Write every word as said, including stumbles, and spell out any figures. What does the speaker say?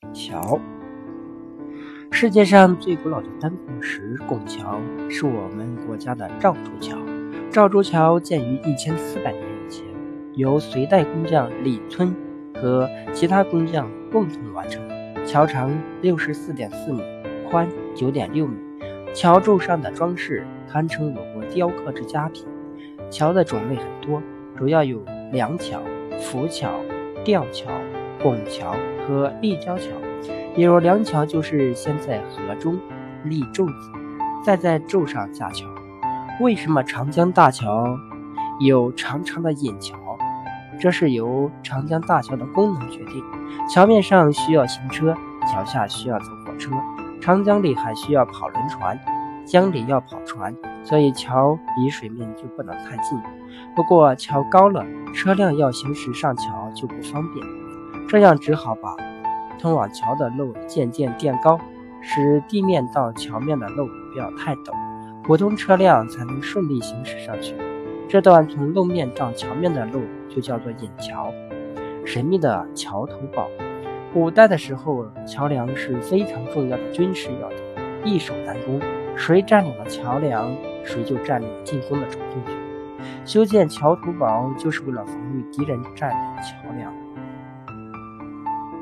桥。世界上最古老的单孔石拱桥是我们国家的赵州桥。赵州桥建于一千四百年以前，由隋代工匠李村和其他工匠共同完成。桥长 六十四点四米，宽 九点六米，桥柱上的装饰堪称我国雕刻之佳品。桥的种类很多，主要有梁桥、浮桥、吊桥、拱桥和立交桥。比如梁桥就是先在河中立柱子，再在柱上架桥。为什么长江大桥有长长的引桥？这是由长江大桥的功能决定。桥面上需要行车，桥下需要走火车，长江里还需要跑轮船，江里要跑船，所以桥离水面就不能太近。不过桥高了，车辆要行驶上桥就不方便，这样只好把通往桥的路渐渐垫高，使地面到桥面的路不要太陡，普通车辆才能顺利行驶上去。这段从路面到桥面的路就叫做引桥。神秘的桥头堡。古代的时候，桥梁是非常重要的军事要地，易守难攻，谁占领了桥梁，谁就占领了进攻的主动权。修建桥头堡就是为了防御敌人占领桥梁。